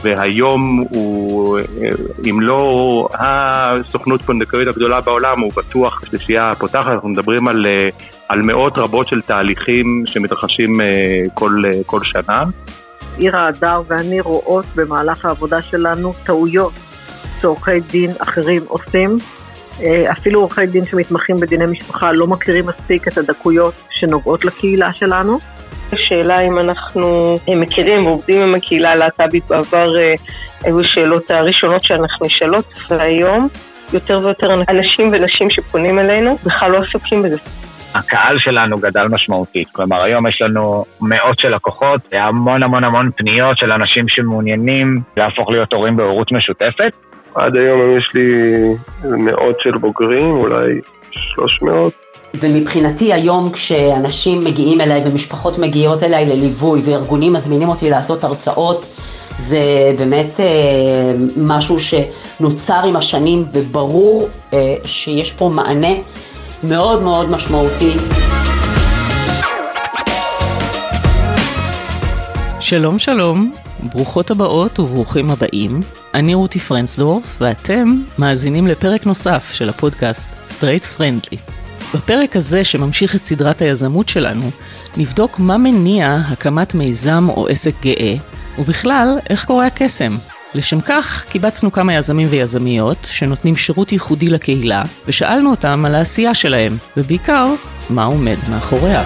והיום הוא, אם לא הסוכנות פונדקאית הגדולה בעולם, הוא בטוח השלישייה הפותחת. אנחנו מדברים על מאות רבות של תהליכים שמתרחשים כל שנה. עירה הדר ואני רואות במהלך העבודה שלנו טעויות שעורכי דין אחרים עושים. אפילו עורכי דין שמתמחים בדיני משפחה לא מכירים מספיק את הדקויות שנוגעות לקהילה שלנו. השאלה אם אנחנו מכירים ועובדים עם הקהילה הלהט"בית בעבר, היו שאלות הראשונות שאנחנו נשאלות, והיום יותר ויותר אנשים ונשים שפונים אלינו בכלל לא עסוקים בזה. הקהל שלנו גדל משמעותית, כלומר היום יש לנו מאות של לקוחות, המון פניות של אנשים שמעוניינים להפוך להיות הורים בהורות משותפת. עד היום יש לי מאות של בוגרים, אולי 300. ומבחינתי היום כשאנשים מגיעים אליי ומשפחות מגיעות אליי לליווי וארגונים מזמינים אותי לעשות הרצאות, זה באמת משהו שנוצר עם השנים וברור שיש פה מענה מאוד מאוד משמעותי. שלום שלום, ברוכות הבאות וברוכים הבאים. אני רותי פרנסדורף ואתם מאזינים לפרק נוסף של הפודקאסט סטרייט פרנדלי. בפרק הזה שממשיך את סדרת היזמות שלנו, נבדוק מה מניע הקמת מיזם או עסק גאה, ובכלל איך קורה הקסם. לשם כך קיבצנו כמה יזמים ויזמיות שנותנים שירות ייחודי לקהילה, ושאלנו אותם על העשייה שלהם, ובעיקר מה עומד מאחוריה.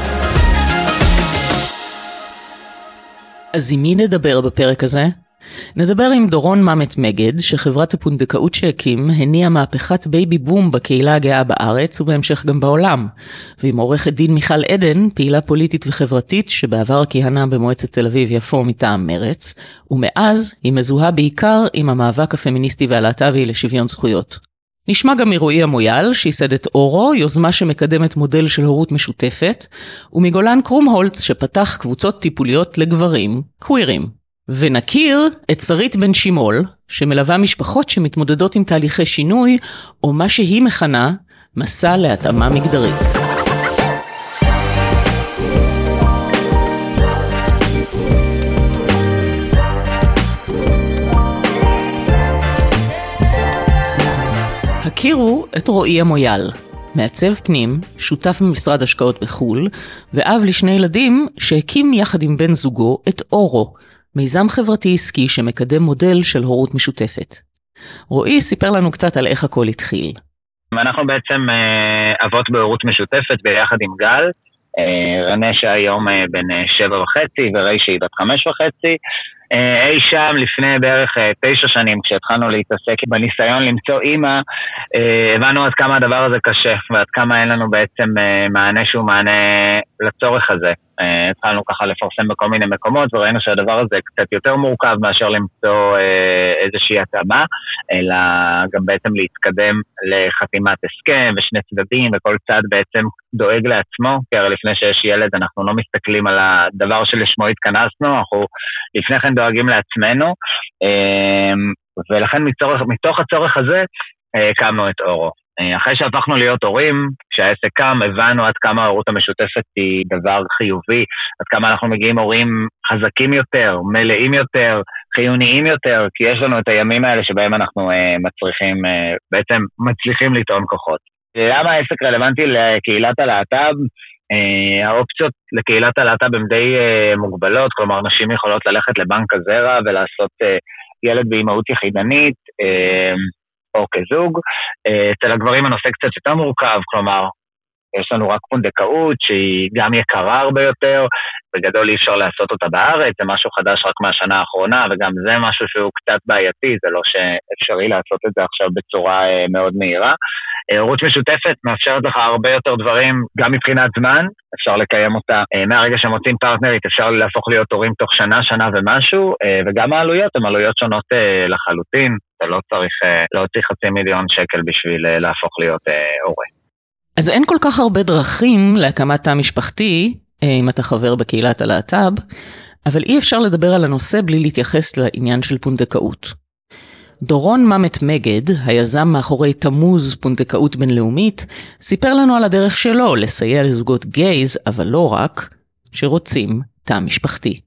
אז עם מי נדבר בפרק הזה? נדבר עם דורון ממט מגד, שחברת הפונדקאות שהקים הניעה מהפכת בייבי בום בקהילה הגאה בארץ ובהמשך גם בעולם, ועם עורכת דין מיכל עדן, פעילה פוליטית וחברתית שבעבר כיהנה במועצת תל אביב יפו מטעם מרץ, ומאז היא מזוהה בעיקר עם המאבק הפמיניסטי והלהט"בי לשוויון זכויות. נשמע גם מרועי המויאל, שייסד את אורו, יוזמה שמקדמת מודל של הורות משותפת, ומגולן קרומהולץ שפתח קבוצות טיפוליות לגברים, קווירים. ונכיר את שרית בן שימול, שמלווה משפחות שמתמודדות עם תהליכי שינוי, או מה שהיא מכנה, מסע להתאמה מגדרית. הכירו את רועי המויאל, מעצב פנים, שותף במשרד השקעות בחול, ואב לשני ילדים שהקים יחד עם בן זוגו את אורו, מיזם חברתי עסקי שמקדם מודל של הורות משותפת. רועי סיפר לנו קצת על איך הכל התחיל. אנחנו בעצם אבות בהורות משותפת ביחד עם גל, רנה שהיום בן 7.5 ורי שהיא בת 5.5. אי שם לפני בערך 9 שנים כשהתחלנו להתעסק בניסיון למצוא אימא, הבנו עד כמה הדבר הזה קשה ועד כמה אין לנו בעצם מענה שהוא מענה לצורך הזה. התחלנו ככה לפרסם בכל מיני מקומות וראינו שהדבר הזה קצת יותר מורכב מאשר למצוא איזושהי התאמה, אלא גם בעצם להתקדם לחתימת הסכם ושני צדדים וכל צד בעצם דואג לעצמו, כי הרי לפני שיש ילד אנחנו לא מסתכלים על הדבר שלשמו התכנסנו, אנחנו לפני כן דואגים לעצמנו, ולכן מתוך הצורך הזה הקמנו את אורו. אחרי שהפכנו להיות הורים, כשהעסק קם, הבנו עד כמה ההורות המשותפת היא דבר חיובי, עד כמה אנחנו מגיעים הורים חזקים יותר, מלאים יותר, חיוניים יותר, כי יש לנו את הימים האלה שבהם אנחנו בעצם מצליחים לטעון כוחות. למה העסק רלוונטי לקהילת הלהט"ב? האופציות לקהילת הלהט"ב הן די מוגבלות, כלומר נשים יכולות ללכת לבנק הזרע ולעשות ילד באימהות יחידנית, או כזוג. אצל הגברים הנושא קצת יותר מורכב, כלומר, יש לנו רק פונדקאות שהיא גם יקרה הרבה יותר, בגדול אי אפשר לעשות אותה בארץ, זה משהו חדש רק מהשנה האחרונה, וגם זה משהו שהוא קצת בעייתי, זה לא שאפשרי לעשות את זה עכשיו בצורה מאוד מהירה. הורות משותפת מאפשרת לך הרבה יותר דברים, גם מבחינת זמן, אפשר לקיים אותה, מהרגע שמוצאים פרטנרית אפשר להפוך להיות הורים תוך שנה ומשהו, וגם העלויות הן עלויות שונות לחלוטין, אתה לא צריך להוציא 500,000 שקל בשביל להפוך להיות הורה. אז אין כל כך הרבה דרכים להקמת תא משפחתי, אם אתה חבר בקהילת הלהט"ב, אבל אי אפשר לדבר על הנושא בלי להתייחס לעניין של פונדקאות. דורון ממט מגד, היזם מאחורי תמוז פונדקאות בינלאומית, סיפר לנו על הדרך שלו לסייע לזוגות גייז, אבל לא רק, שרוצים תא משפחתי.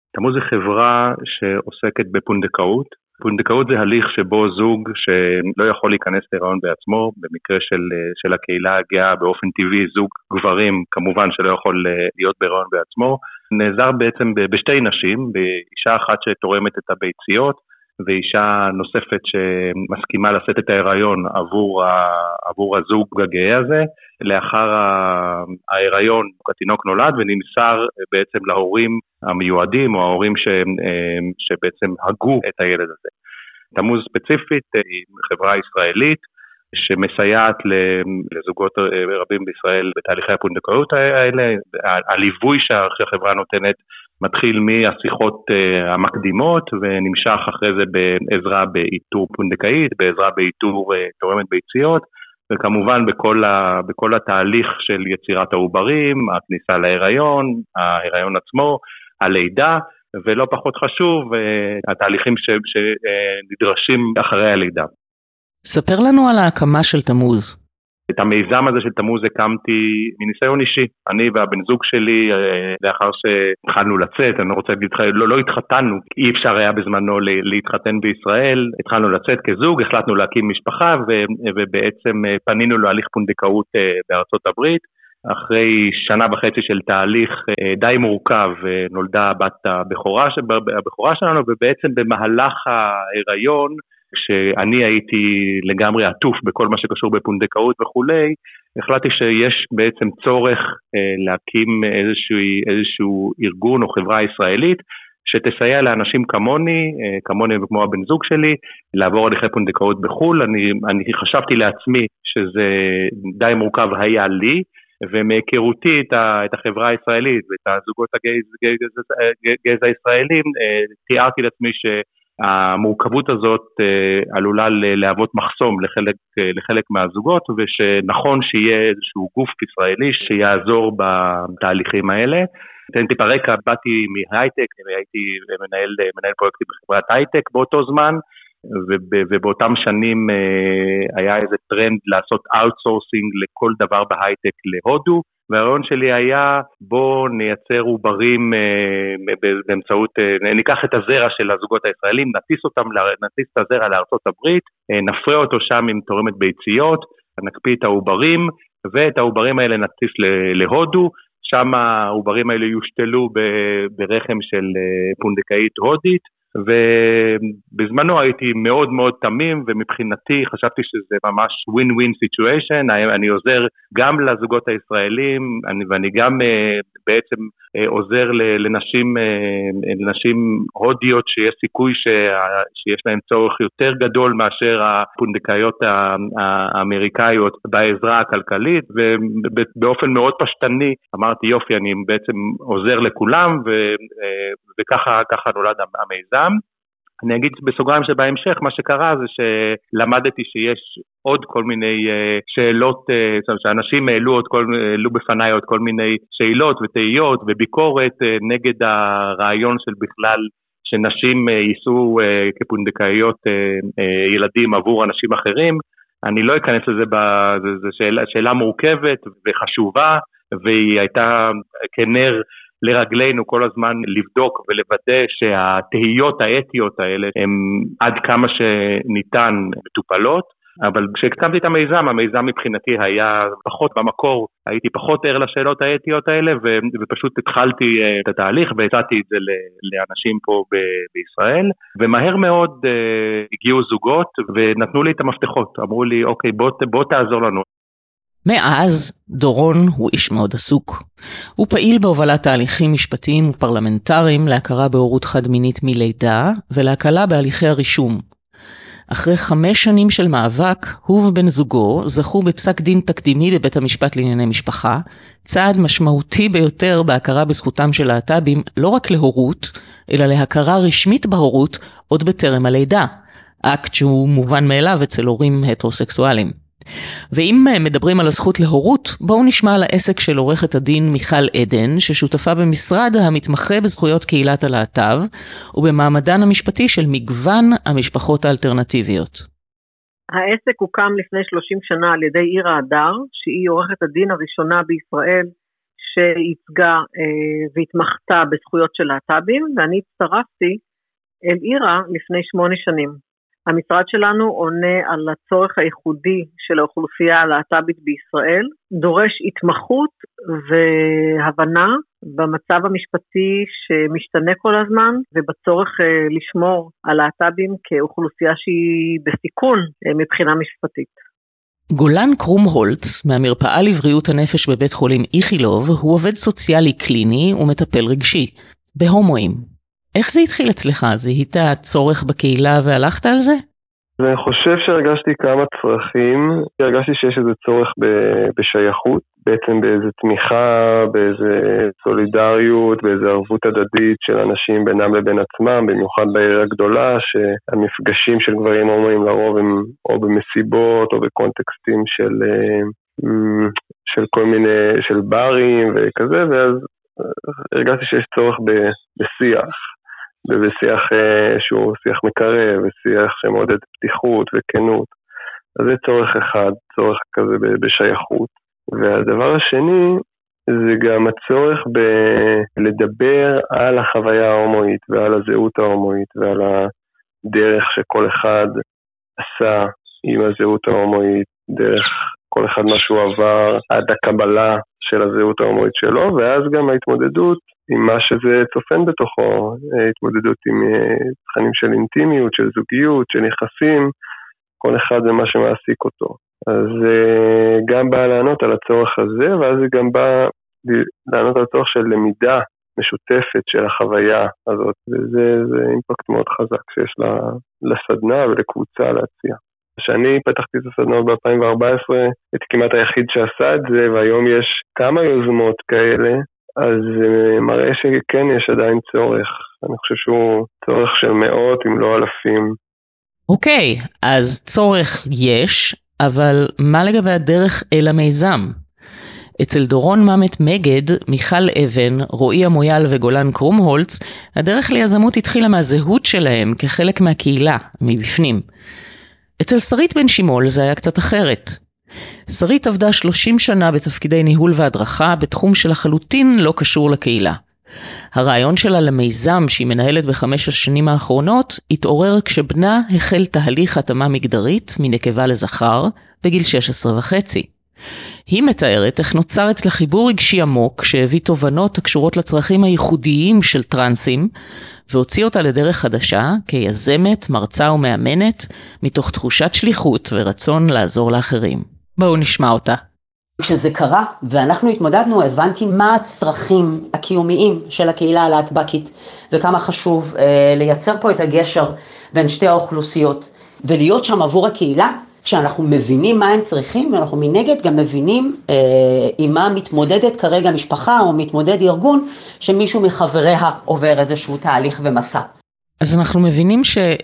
תמוז זה חברה שעוסקת בפונדקאות. פונדקאות זה הליך שבו זוג שלא יכול להיכנס להיריון בעצמו, במקרה של הקהילה הגאה באופן טבעי, זוג גברים כמובן שלא יכול להיות בהיריון בעצמו, נעזר בעצם בשתי נשים, באישה אחת שתורמת את הביציות, ואישה נוספת שמסכימה לשאת את ההיריון עבור הזוג הגאה הזה. לאחר ההיריון התינוק נולד ונמסר בעצם להורים המיועדים או ההורים שבעצם הגו את הילד הזה. תמוז ספציפית היא חברה ישראלית שמסייעת לזוגות רבים בישראל בתהליכי הפונדקאות האלה. הליווי שהחברה נותנת מתחיל מהשיחות המקדימות ונמשך אחרי זה בעזרה באיתור פונדקאית, בעזרה באיתור תורמת ביציות, וכמובן בכל התהליך של יצירת העוברים, הכניסה להיריון, ההיריון עצמו, הלידה, ולא פחות חשוב, התהליכים שנדרשים אחרי הלידה. ספר לנו על ההקמה של תמוז. את המיזם הזה של תמוז הקמתי מניסיון אישי. אני והבן זוג שלי, לאחר שהתחלנו לצאת, אני לא רוצה להגיד, לא התחתנו, אי אפשר היה בזמנו להתחתן בישראל, התחלנו לצאת כזוג, החלטנו להקים משפחה, ובעצם פנינו להליך פונדקאות בארצות הברית. אחרי שנה וחצי של תהליך די מורכב, נולדה בת הבכורה שלנו, ובעצם במהלך ההיריון, כשאני הייתי לגמרי עטוף בכל מה שקשור בפונדקאות וכולי, החלטתי שיש בעצם צורך להקים איזשהו ארגון או חברה ישראלית, שתסייע לאנשים כמוני וכמו הבן זוג שלי, לעבור הליכי פונדקאות בחול. אני חשבתי לעצמי שזה די מורכב היה לי, ומהיכרותי את החברה הישראלית ואת הזוגות הגזע הישראלים, תיארתי לעצמי שהמורכבות הזאת עלולה להוות מחסום לחלק מהזוגות, ושנכון שיהיה איזשהו גוף ישראלי שיעזור בתהליכים האלה. אתן טיפה רקע, באתי מהייטק, הייתי מנהל פרויקטים בחברת הייטק באותו זמן, ובאותם שנים היה איזה טרנד לעשות אאוטסורסינג לכל דבר בהייטק להודו, והרעיון שלי היה בוא נייצר עוברים באמצעות, ניקח את הזרע של הזוגות הישראלים, נטיס את הזרע לארצות הברית, נפרה אותו שם עם תורמת ביציות, נקפיא את העוברים, ואת העוברים האלה נטיס להודו, שם העוברים האלה יושתלו ברחם של פונדקאית הודית, ובזמנו הייתי מאוד מאוד תמים, ומבחינתי חשבתי שזה ממש win-win situation. אני עוזר גם לזוגות הישראלים, ואני גם בעצם עוזר לנשים הודיות שיש סיכוי שיש להם צורך יותר גדול מאשר הפונדקאיות האמריקאיות בעזרה הכלכלית, ובאופן מאוד פשטני אמרתי יופי, אני בעצם עוזר לכולם, וככה נולד המיזם. אני אגיד בסוגריים שבהמשך, מה שקרה זה שלמדתי שיש עוד כל מיני שאלות, שאנשים העלו בפניי עוד כל מיני שאלות ותהיות וביקורת נגד הרעיון של בכלל שנשים ייסעו כפונדקאיות ילדים עבור אנשים אחרים. אני לא אכנס לזה, זו שאלה מורכבת וחשובה, והיא הייתה כנר לרגלינו כל הזמן לבדוק ולוודא שהתהיות האתיות האלה הן עד כמה שניתן מטופלות. אבל כשהקמתי את המיזם מבחינתי היה פחות במקור, הייתי פחות ער לשאלות האתיות האלה, ופשוט התחלתי את התהליך והצעתי את זה לאנשים פה בישראל, ומהר מאוד הגיעו זוגות ונתנו לי את המפתחות, אמרו לי אוקיי בוא תעזור לנו. מאז דורון הוא איש מאוד עסוק. הוא פעיל בהובלת תהליכים משפטיים ופרלמנטריים להכרה בהורות חד-מינית מלידה ולהקלה בהליכי הרישום. אחרי 5 שנים של מאבק, הוא ובן זוגו זכו בפסק דין תקדימי בבית המשפט לענייני משפחה, צעד משמעותי ביותר בהכרה בזכותם של להט"בים לא רק להורות, אלא להכרה רשמית בהורות עוד בטרם הלידה, אקט שהוא מובן מאליו אצל הורים הטרוסקסואלים. ואם מדברים על הזכות להורות, בואו נשמע על העסק של עורכת הדין מיכל עדן, ששותפה במשרד המתמחה בזכויות קהילת הלהט"ב, ובמעמדן המשפטי של מגוון המשפחות האלטרנטיביות. העסק הוקם לפני 30 שנה על ידי עירה הדר, שהיא עורכת הדין הראשונה בישראל, שייצגה והתמחתה בזכויות של להט"בים, ואני הצטרפתי אל עירה לפני 8 שנים. המשרד שלנו עונה על הצורך הייחודי של האוכלוסייה הלהט"בית בישראל, דורש התמחות והבנה במצב המשפטי שמשתנה כל הזמן, ובצורך לשמור על להט"בים כאוכלוסייה שהיא בסיכון מבחינה משפטית. גולן קרום-הולץ, מהמרפאה לבריאות הנפש בבית חולים איכילוב, הוא עובד סוציאלי קליני ומטפל רגשי, בהומואים. איך זה התחיל אצלך? זיהית צורך בקהילה והלכת על זה? אני חושב שהרגשתי כמה צרכים, הרגשתי שיש איזה צורך בשייכות, בעצם באיזה תמיכה, באיזה סולידריות, באיזה ערבות הדדית של אנשים בינם לבין עצמם, במיוחד בעיר הגדולה, שהמפגשים של גברים הומואים לרוב הם או במסיבות או בקונטקסטים של כל מיני, של ברים וכזה, ואז הרגשתי שיש צורך בשיח. ובשיח שהוא שיח מקרב, ושיח שמעודד פתיחות וכנות. אז זה צורך אחד, צורך כזה בשייכות. והדבר השני, זה גם הצורך לדבר על החוויה ההומואית, ועל הזהות ההומואית, ועל הדרך שכל אחד עשה עם הזהות ההומואית, דרך כל אחד מה שהוא עבר, עד הקבלה של הזהות ההומואית שלו, ואז גם ההתמודדות עם מה שזה צופן בתוכו, התמודדות עם תכנים של אינטימיות, של זוגיות, של יחסים, כל אחד זה מה שמעסיק אותו. אז גם בא לענות על הצורך הזה, ואז זה גם בא לענות על הצורך של למידה משותפת של החוויה הזאת, וזה אימפקט מאוד חזק שיש לסדנה ולקבוצה להציע. כשאני פתחתי את הסדנות ב-2014, הייתי כמעט היחיד שעשה את זה, והיום יש כמה יוזמות כאלה, אז מראה שכן יש עדיין צורך. אני חושב שהוא צורך של מאות אם לא אלפים. אוקיי, אז צורך יש, אבל מה לגבי הדרך אל המיזם? אצל דורון ממט מגד, מיכל אבן, רועי המויאל וגולן קרום-הולץ, הדרך ליזמות התחילה מהזהות שלהם כחלק מהקהילה, מבפנים. אצל שרית בן שימול זה היה קצת אחרת. שרית עבדה 30 שנה בתפקידי ניהול והדרכה בתחום שלחלוטין לא קשור לקהילה. הרעיון שלה למיזם שהיא מנהלת ב5 השנים האחרונות התעורר כשבנה החל תהליך התאמה מגדרית מנקבה לזכר בגיל 16.5. היא מתארת איך נוצר אצלה חיבור רגשי עמוק שהביא תובנות הקשורות לצרכים הייחודיים של טרנסים, והוציא אותה לדרך חדשה כיזמת, מרצה ומאמנת, מתוך תחושת שליחות ורצון לעזור לאחרים. בואו נשמע אותה. כשזה קרה ואנחנו התמודדנו, הבנתי מה הצרכים הקיומיים של הקהילה הלהט"בית, וכמה חשוב לייצר פה את הגשר בין שתי האוכלוסיות, ולהיות שם עבור הקהילה, כשאנחנו מבינים מה הם צריכים, ואנחנו מנגד גם מבינים עם מה מתמודדת כרגע משפחה או מתמודד ארגון, שמישהו מחבריה עובר איזשהו תהליך ומסע. אז אנחנו מבינים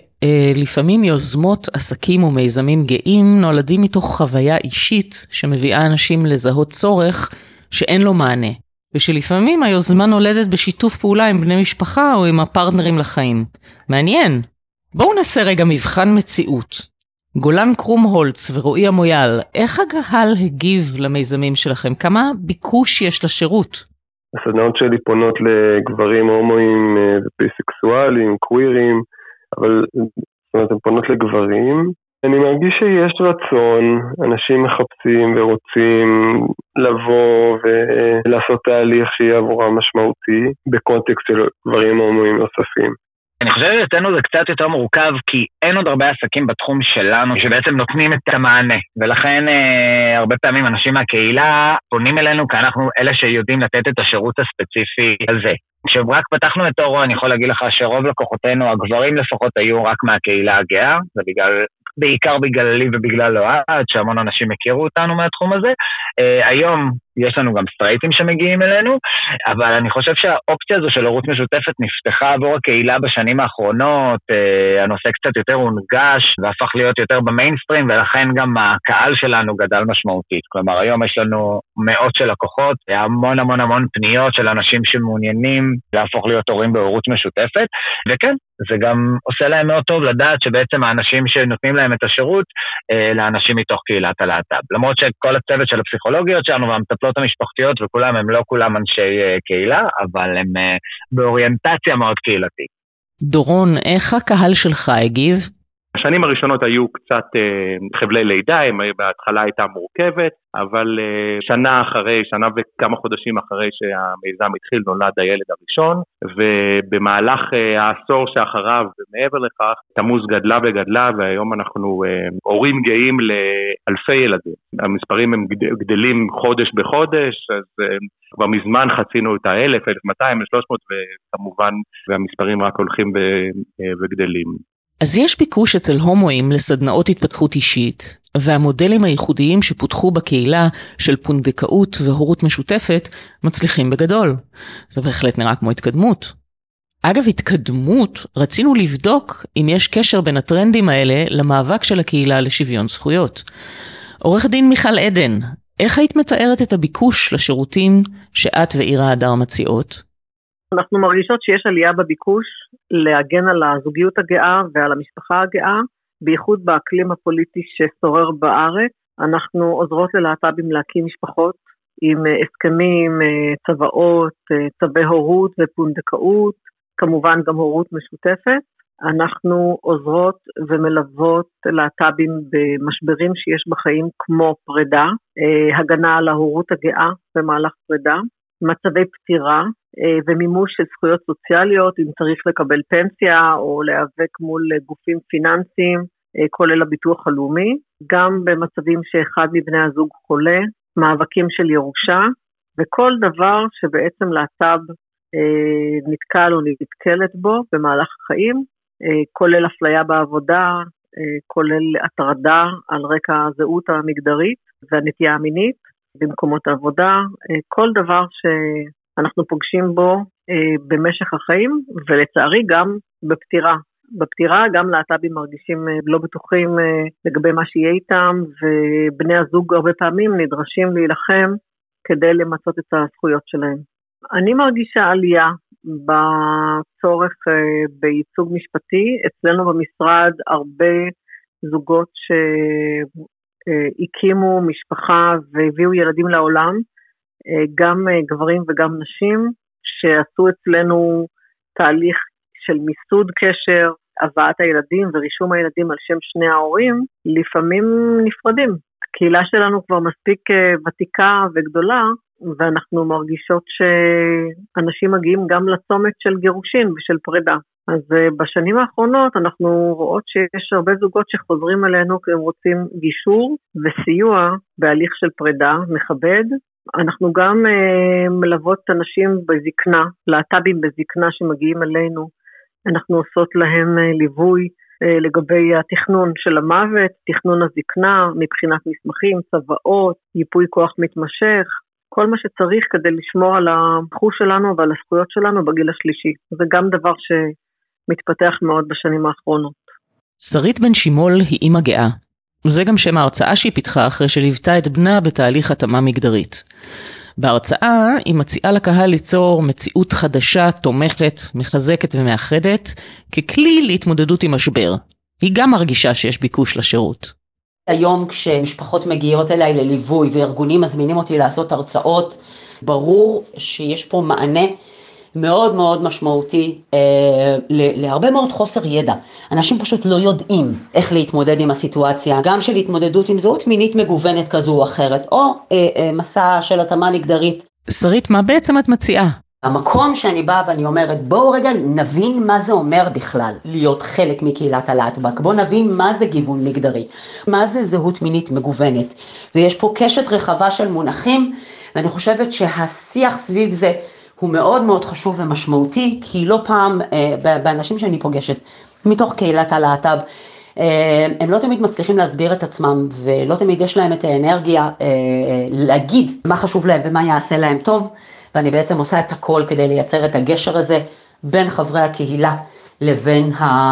שלפעמים יוזמות עסקים ומיזמים גאים נולדים מתוך חוויה אישית שמביאה אנשים לזהות צורך שאין לו מענה. ושלפעמים היוזמה נולדת בשיתוף פעולה עם בני משפחה או עם הפרטנרים לחיים. מעניין. בואו נעשה רגע מבחן מציאות. גולן קרום-הולץ ורועי המויאל, איך הקהל הגיב למיזמים שלכם? כמה ביקוש יש לשירות? הסדנאות שלי פונות לגברים הומואים וביסקסואלים, קווירים, אבל זאת אומרת, הן פונות לגברים. אני מרגיש שיש רצון, אנשים מחפשים ורוצים לבוא ולעשות תהליך שיהיה עבורם משמעותי, בקונטקסט של גברים הומואים נוספים. אני חושב שאצלנו זה קצת יותר מורכב, כי אין עוד הרבה עסקים בתחום שלנו שבעצם נותנים את המענה, ולכן הרבה פעמים אנשים מהקהילה פונים אלינו, כי אנחנו אלה שיודעים לתת את השירות הספציפי הזה. כשרק פתחנו את אורו, אני יכול להגיד לך שרוב לקוחותינו, הגברים לפחות היו רק מהקהילה הגאה, זה בעיקר בגללי ובגלל אוהד, שהמון אנשים הכירו אותנו מהתחום הזה. היום יש לנו גם סטרייטים שמגיעים אלינו, אבל אני חושב שהאופציה הזו של הורות משותפת נפתחה עבור הקהילה בשנים האחרונות, הנושא קצת יותר הונגש והפך להיות יותר במיינסטרים, ולכן גם הקהל שלנו גדל משמעותית. כלומר, היום יש לנו מאות של לקוחות, המון המון המון פניות של אנשים שמעוניינים להפוך להיות הורים בהורות משותפת, וכן, זה גם עושה להם מאוד טוב לדעת שבעצם האנשים שנותנים להם את השירות לאנשים מתוך קהילת הלהט"ב. למרות שכל הצוות של הפסיכולוגיות שלנו והמטפלות המטפלות המשפחתיות, וכולם הם לא כולם אנשי קהילה, אבל הם באוריינטציה מאוד קהילתית. דורון, איך הקהל שלך הגיב? השנים הראשונות היו קצת חבלי לידה, בהתחלה הייתה מורכבת, אבל שנה וכמה חודשים אחרי שהמיזם התחיל נולד הילד הראשון, ובמהלך העשור שאחריו ומעבר לכך, תמוז גדלה וגדלה, והיום אנחנו הורים גאים לאלפי ילדים. המספרים הם גדלים חודש בחודש, אז כבר מזמן חצינו את 1,000, 1,200, 300, וכמובן, והמספרים רק הולכים וגדלים. אז יש ביקוש אצל הומואים לסדנאות התפתחות אישית, והמודלים הייחודיים שפותחו בקהילה של פונדקאות והורות משותפת מצליחים בגדול. זה בהחלט נראה כמו התקדמות. אגב, התקדמות, רצינו לבדוק אם יש קשר בין הטרנדים האלה למאבק של הקהילה לשוויון זכויות. עורך דין מיכל עדן, איך היית מתארת את הביקוש לשירותים שאת ואירה הדר מציעות? אנחנו מרגישות שיש עלייה בביקוש להגן על הזוגיות הגאה ועל המשפחה הגאה, בייחוד באקלים הפוליטי ששורר בארץ. אנחנו עוזרות ללהט"בים להקים משפחות עם הסכמים, צוואות, צווי הורות ופונדקאות, כמובן גם הורות משותפת. אנחנו עוזרות ומלוות להט"בים במשברים שיש בחיים כמו פרידה, הגנה על ההורות הגאה במהלך פרידה, מצבי פטירה ומימוש של זכויות סוציאליות, אם צריך לקבל פנסיה או להיאבק מול גופים פיננסיים, כולל הביטוח הלאומי, גם במצבים שאחד מבני הזוג חולה, מאבקים של ירושה, וכל דבר שבעצם להט"ב נתקל או נתקלת בו במהלך החיים, כולל אפליה בעבודה, כולל הטרדה על רקע הזהות המגדרית והנטייה המינית במקומות העבודה, כל דבר שאנחנו פוגשים בו במשך החיים, ולצערי גם בפטירה. בפטירה גם להט"בים מרגישים לא בטוחים לגבי מה שיהיה איתם, ובני הזוג הרבה פעמים נדרשים להילחם כדי למצות את הזכויות שלהם. אני מרגישה עלייה בצורך בייצוג משפטי. אצלנו במשרד הרבה זוגות שהקימו משפחה והביאו ילדים לעולם, גם גברים וגם נשים, שעשו אצלנו תהליך של מיסוד קשר, הבאת הילדים ורישום הילדים על שם שני ההורים, לפעמים נפרדים. הקהילה שלנו כבר מספיק ותיקה וגדולה, ואנחנו מרגישות שאנשים מגיעים גם לצומת של גירושין ושל פרידה. אז בשנים האחרונות אנחנו רואות שיש הרבה זוגות שחוזרים אלינו כי הם רוצים גישור וסיוע בהליך של פרידה מכבד. אנחנו גם מלוות אנשים בזקנה, להט"בים בזקנה שמגיעים אלינו. אנחנו עושות להם ליווי לגבי התכנון של המוות, תכנון הזקנה, מבחינת מסמכים, צוואות, ייפוי כוח מתמשך, כל מה שצריך כדי לשמור על החוש שלנו ועל הזכויות שלנו בגיל השלישי. זה גם דבר שמתפתח מאוד בשנים האחרונות. שרית בן שימול היא אימא גאה. זה גם שם ההרצאה שהיא פיתחה אחרי שליוותה את בנה בתהליך התאמה מגדרית. בהרצאה היא מציעה לקהל ליצור מציאות חדשה, תומכת, מחזקת ומאחדת, ככלי להתמודדות עם משבר. היא גם מרגישה שיש ביקוש לשירות. היום כשמשפחות מגיעות אליי לליווי וארגונים מזמינים אותי לעשות הרצאות, ברור שיש פה מענה מאוד מאוד משמעותי להרבה מאוד חוסר ידע. אנשים פשוט לא יודעים איך להתמודד עם הסיטואציה, גם של התמודדות עם זהות מינית מגוונת כזו או אחרת, או מסע של התאמה מגדרית. שרית, מה בעצם את מציעה? המקום שאני באה ואני אומרת, בואו רגע נבין מה זה אומר בכלל להיות חלק מקהילת הלהט"ב, בואו נבין מה זה גיוון מגדרי, מה זה זהות מינית מגוונת, ויש פה קשת רחבה של מונחים, ואני חושבת שהשיח סביב זה הוא מאוד מאוד חשוב ומשמעותי, כי לא פעם באנשים שאני פוגשת מתוך קהילת הלהט"ב, הם לא תמיד מצליחים להסביר את עצמם, ולא תמיד יש להם את האנרגיה להגיד מה חשוב להם ומה יעשה להם טוב, ואני בעצם עושה את הכל כדי לייצר את הגשר הזה בין חברי הקהילה לבין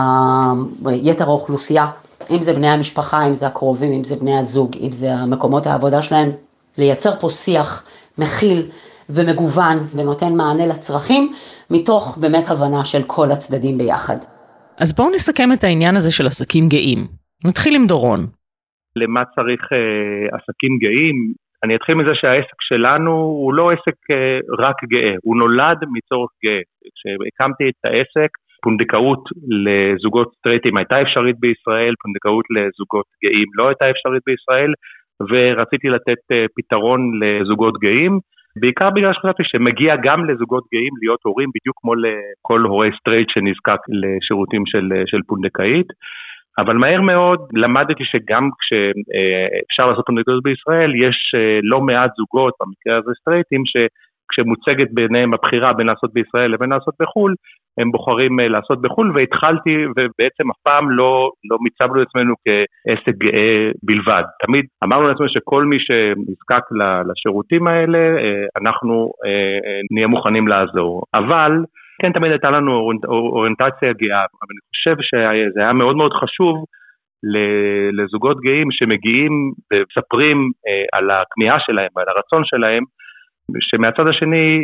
יתר האוכלוסייה, אם זה בני המשפחה, אם זה הקרובים, אם זה בני הזוג, אם זה המקומות העבודה שלהם, לייצר פה שיח מכיל ומגוון ונותן מענה לצרכים, מתוך באמת הבנה של כל הצדדים ביחד. אז בואו נסכם את העניין הזה של עסקים גאים. נתחיל עם דורון. למה צריך עסקים גאים? אני אתחיל מזה שהעסק שלנו הוא לא עסק רק גאה, הוא נולד מצורך גאה. כשהקמתי את העסק, פונדקאות לזוגות סטרייטים הייתה אפשרית בישראל, פונדקאות לזוגות גאים לא הייתה אפשרית בישראל, ורציתי לתת פתרון לזוגות גאים, בעיקר בגלל שחשבתי שמגיע גם לזוגות גאים להיות הורים, בדיוק כמו לכל הורי סטרייט שנזקק לשירותים של פונדקאית. אבל מהר מאוד למדתי שגם כשאפשר לעשות פונדקאות בישראל, יש לא מעט זוגות, במקרה הזה סטרייטים, שכשמוצגת ביניהם הבחירה בין לעשות בישראל לבין לעשות בחול, הם בוחרים לעשות בחול, והתחלתי, ובעצם אף פעם לא מצבנו לעצמנו כעסק גאה בלבד. תמיד אמרנו לעצמנו שכל מי שנזקק לשירותים האלה, אנחנו נהיה מוכנים לעזור. אבל כן, תמיד הייתה לנו אוריינטציה גאה, אבל אני חושב שזה היה מאוד מאוד חשוב לזוגות גאים שמגיעים ומספרים על הכמיהה שלהם ועל הרצון שלהם, שמהצד השני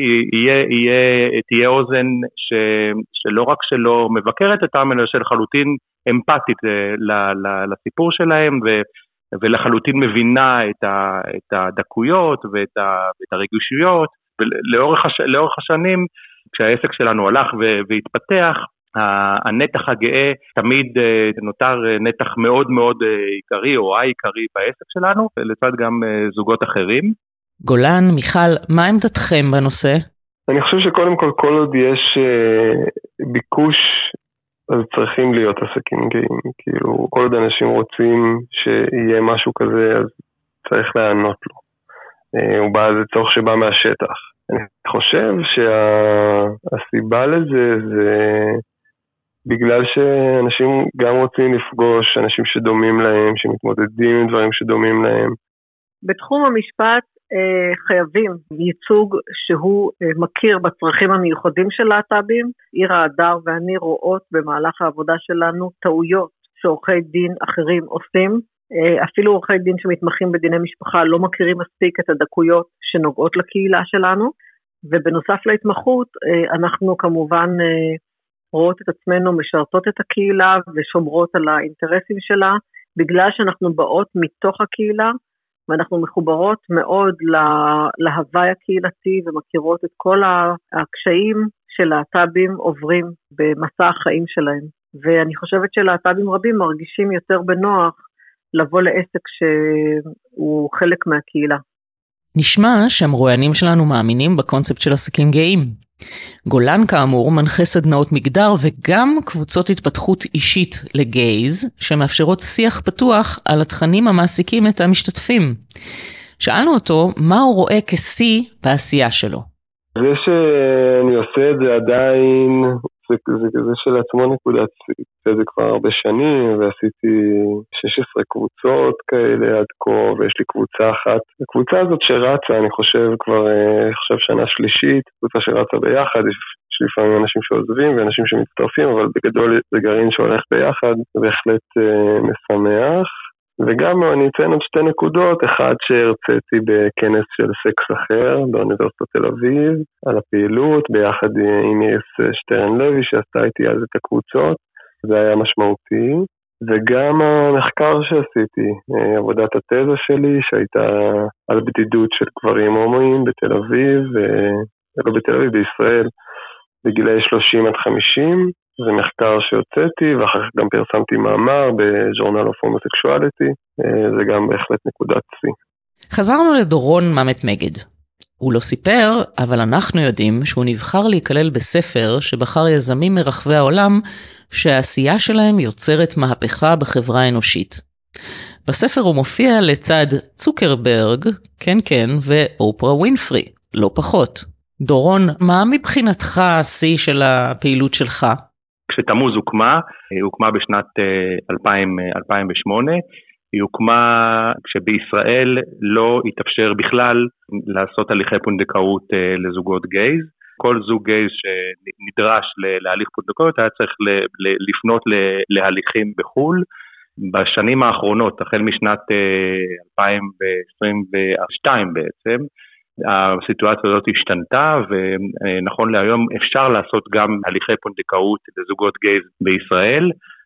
תהיה אוזן שלא רק שלא מבקרת אותם, אלא שלחלוטין אמפתית לסיפור שלהם, ולחלוטין מבינה את הדקויות ואת הרגישויות, ולאורך השנים, כשהעסק שלנו הלך והתפתח, הנתח הגאה תמיד נותר נתח מאוד מאוד עיקרי או העיקרי בעסק שלנו, לצד גם זוגות אחרים. גולן, מיכל, מה עמדתכם בנושא? אני חושב שקודם כל עוד יש ביקוש, אז צריכים להיות עסקים גאים. כאילו, כל עוד אנשים רוצים שיהיה משהו כזה, אז צריך לענות לו. זה צורך שבא מהשטח. אני חושב שהסיבה לזה זה בגלל שאנשים גם רוצים לפגוש אנשים שדומים להם, שמתמודדים עם דברים שדומים להם. בתחום המשפט חייבים ייצוג שהוא מכיר בצרכים המיוחדים של להט"בים. עירה הדר ואני רואות במהלך העבודה שלנו טעויות שעורכי דין אחרים עושים. אפילו עורכי דין שמתמחים בדיני משפחה לא מכירים מספיק את הדקויות שנוגעות לקהילה שלנו, ובנוסף להתמחות אנחנו כמובן רואות את עצמנו משרתות את הקהילה ושומרות על האינטרסים שלה, בגלל שאנחנו באות מתוך הקהילה, ואנחנו מחוברות מאוד להוואי הקהילתי ומכירות את כל הקשיים שלהט"בים עוברים במסע החיים שלהם. ואני חושבת שלהט"בים רבים מרגישים יותר בנוח לבוא לעסק שהוא חלק מהקהילה. נשמע שהמרואיינים שלנו מאמינים בקונספט של עסקים גאים. גולן כאמור מנחה סדנאות מגדר וגם קבוצות התפתחות אישית לגייז שמאפשרות שיח פתוח על התכנים המעסיקים את המשתתפים. שאלנו אותו מה הוא רואה כשיא בעשייה שלו. זה שאני עושה את זה עדיין, זה שלעצמו נקודת שיא, זה כבר הרבה שנים, ועשיתי 16 קבוצות כאלה עד כה, ויש לי קבוצה אחת. הקבוצה הזאת שרצה, אני חושב כבר עכשיו שנה שלישית, קבוצה שרצה ביחד, יש לפעמים אנשים שעוזבים ואנשים שמצטרפים, אבל בגדול זה גרעין שהולך ביחד, בהחלט משמח. וגם אני אציין עוד שתי נקודות, אחד שהרציתי בכנס של סקס אחר באוניברסיטת תל אביב, על הפעילות ביחד עם איריס שטרן לוי שעשתה איתי אז את הקבוצות, זה היה משמעותי, וגם המחקר שעשיתי, עבודת התזה שלי שהייתה על בדידות של גברים הומואים בתל אביב, ולא בתל אביב בישראל, בגילי 30 עד 50, זה מחקר שהוצאתי, ואחר כך גם פרסמתי מאמר ב-Journal of Homosexuality, זה גם בהחלט נקודת שיא. חזרנו לדורון מאמת מגד. הוא לא סיפר, אבל אנחנו יודעים שהוא נבחר להיכלל בספר שבחר יזמים מרחבי העולם, שהעשייה שלהם יוצרת מהפכה בחברה האנושית. בספר הוא מופיע לצד צוקרברג, כן, ואופרה ווינפרי, לא פחות. דורון, מה מבחינתך השיא של הפעילות שלך? כשתמוז הוקמה, היא הוקמה בשנת 2008, היא הוקמה כשבישראל לא התאפשר בכלל לעשות הליכי פונדקאות לזוגות גייז. כל זוג גייז שנדרש להליך פונדקאות היה צריך לפנות להליכים בחול. בשנים האחרונות, החל משנת 2022 בעצם, הסיטואציה הזאת השתנתה, ונכון להיום אפשר לעשות גם הליכי פונדקאות לזוגות גייז בישראל.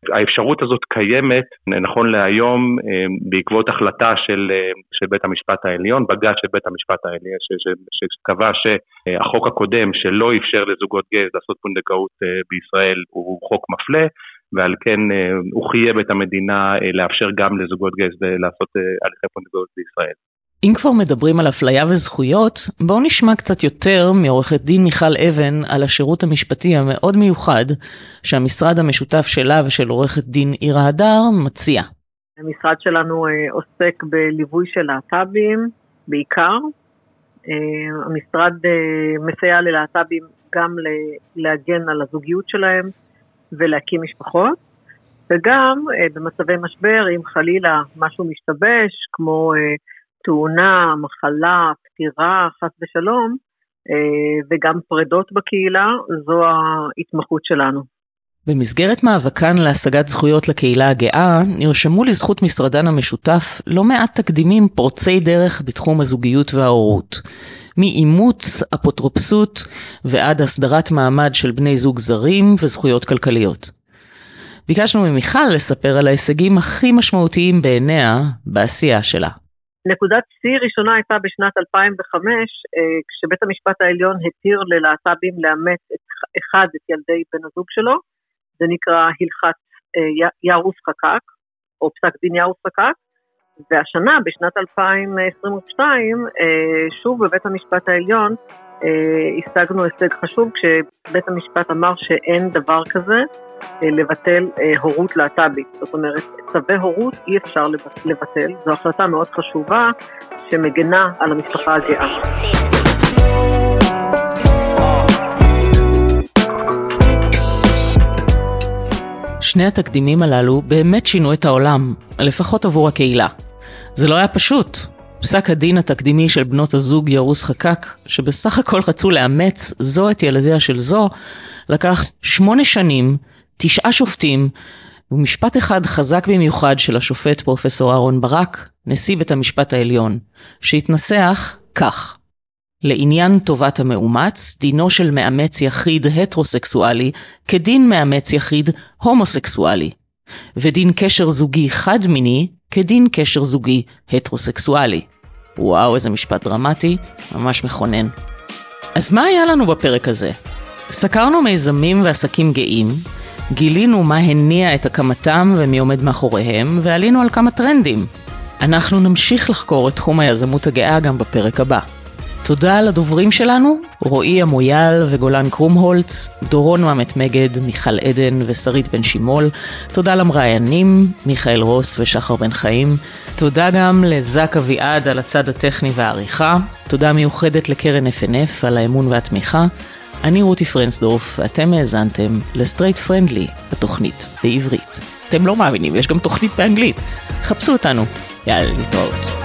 האפשרות הזאת קיימת, נכון להיום, בעקבות החלטה של בית המשפט העליון, בג"ץ של בית המשפט העליון, שקבע שהחוק הקודם שלא אפשר לזוגות גייז לעשות פונדקאות בישראל הוא חוק מפלה, ועל כן הוא חייב את המדינה לאפשר גם לזוגות גייז לעשות הליכי פונדקאות בישראל. אם כבר מדברים על אפליה וזכויות, בואו נשמע קצת יותר מעורכת דין מיכל אבן על השירות המשפטי המאוד מיוחד שהמשרד המשותף שלה ושל עורכת דין עירה הדר מציע. המשרד שלנו עוסק בליווי של להט"בים בעיקר. המשרד מסייע ללהט"בים גם להגן על הזוגיות שלהם ולהקים משפחות, וגם במצבי משבר, אם חלילה משהו משתבש כמו תאונה, מחלה, פטירה, חס ושלום, וגם פרדות בקהילה, זו ההתמחות שלנו. במסגרת מאבקן להשגת זכויות לקהילה הגאה, נרשמו לזכות משרדן המשותף לא מעט תקדימים פורצי דרך בתחום הזוגיות וההורות. מאימוץ, אפוטרופסות ועד הסדרת מעמד של בני זוג זרים וזכויות כלכליות. ביקשנו ממיכל לספר על ההישגים הכי משמעותיים בעיניה בעשייה שלה. נקודת שיא ראשונה הייתה בשנת 2005, כשבית המשפט העליון התיר ללהט"בים לאמץ את ילדי בן הזוג שלו, זה נקרא הלכת ירוס חקק, או פסק דין ירוס חקק, והשנה, בשנת 2022, שוב בבית המשפט העליון, השגנו הישג חשוב, כשבית המשפט אמר שאין דבר כזה, לבטל הורות להט"בית. זאת אומרת, צווי הורות אי אפשר לבטל. זו החלטה מאוד חשובה שמגנה על המשפחה הגאה. שני התקדימים הללו באמת שינו את העולם, לפחות עבור הקהילה. זה לא היה פשוט. פסק הדין התקדימי של בנות הזוג ירוס חקק, שבסך הכל רצו לאמץ זו את ילדיה של זו, לקח 8 שנים, 9 שופטים, ומשפט אחד חזק במיוחד של השופט פרופסור אהרון ברק, נשיא בית המשפט העליון, שהתנסח כך: לעניין טובת המאומץ, דינו של מאמץ יחיד הטרוסקסואלי כדין מאמץ יחיד הומוסקסואלי, ודין קשר זוגי חד מיני כדין קשר זוגי הטרוסקסואלי. וואו, איזה משפט דרמטי, ממש מכונן. אז מה היה לנו בפרק הזה? סקרנו מיזמים ועסקים גאים, גילינו מה הניע את הקמתם ומי עומד מאחוריהם, ועלינו על כמה טרנדים. אנחנו נמשיך לחקור את תחום היזמות הגאה גם בפרק הבא. תודה לדוברים שלנו, רועי המויאל וגולן קרומהולץ, דורון מאמת מגד, מיכל עדן ושרית בן שימול. תודה למראיינים, מיכאל רוס ושחר בן חיים. תודה גם לזק אביעד על הצד הטכני והעריכה. תודה מיוחדת לקרן FNF על האמון והתמיכה. אני רותי פרנסדורף, ואתם האזנתם לסטרייט פרנדלי, התוכנית בעברית. אתם לא מאמינים, יש גם תוכנית באנגלית. חפשו אותנו. יאללה, להתראות.